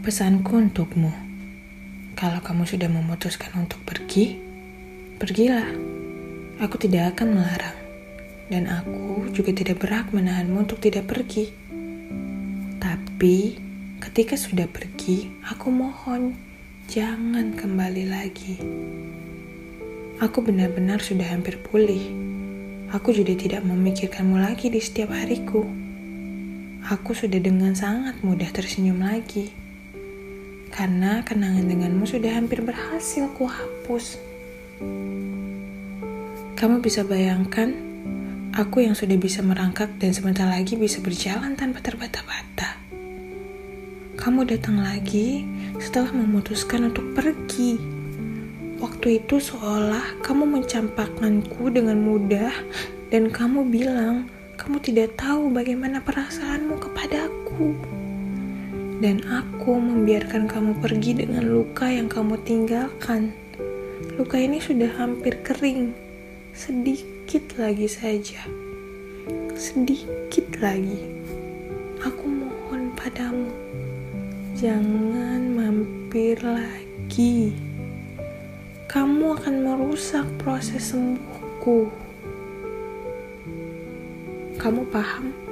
Pesanku untukmu, kalau kamu sudah memutuskan untuk pergi, pergilah. Aku tidak akan melarang, dan aku juga tidak berhak menahanmu untuk tidak pergi. Tapi, ketika sudah pergi, aku mohon, jangan kembali lagi. Aku benar-benar sudah hampir pulih. Aku juga tidak memikirkanmu lagi di setiap hariku. Aku sudah dengan sangat mudah tersenyum lagi. Karena kenangan denganmu sudah hampir berhasil kuhapus. Kamu bisa bayangkan, aku yang sudah bisa merangkak dan sebentar lagi bisa berjalan tanpa terbata-bata. Kamu datang lagi setelah memutuskan untuk pergi. Waktu itu seolah kamu mencampakkanku dengan mudah dan kamu bilang kamu tidak tahu bagaimana perasaanmu kepadaku. Dan aku membiarkan kamu pergi dengan luka yang kamu tinggalkan. Luka ini sudah hampir kering. Sedikit lagi saja. Sedikit lagi. Aku mohon padamu, jangan mampir lagi. Kamu akan merusak proses sembuhku. Kamu paham?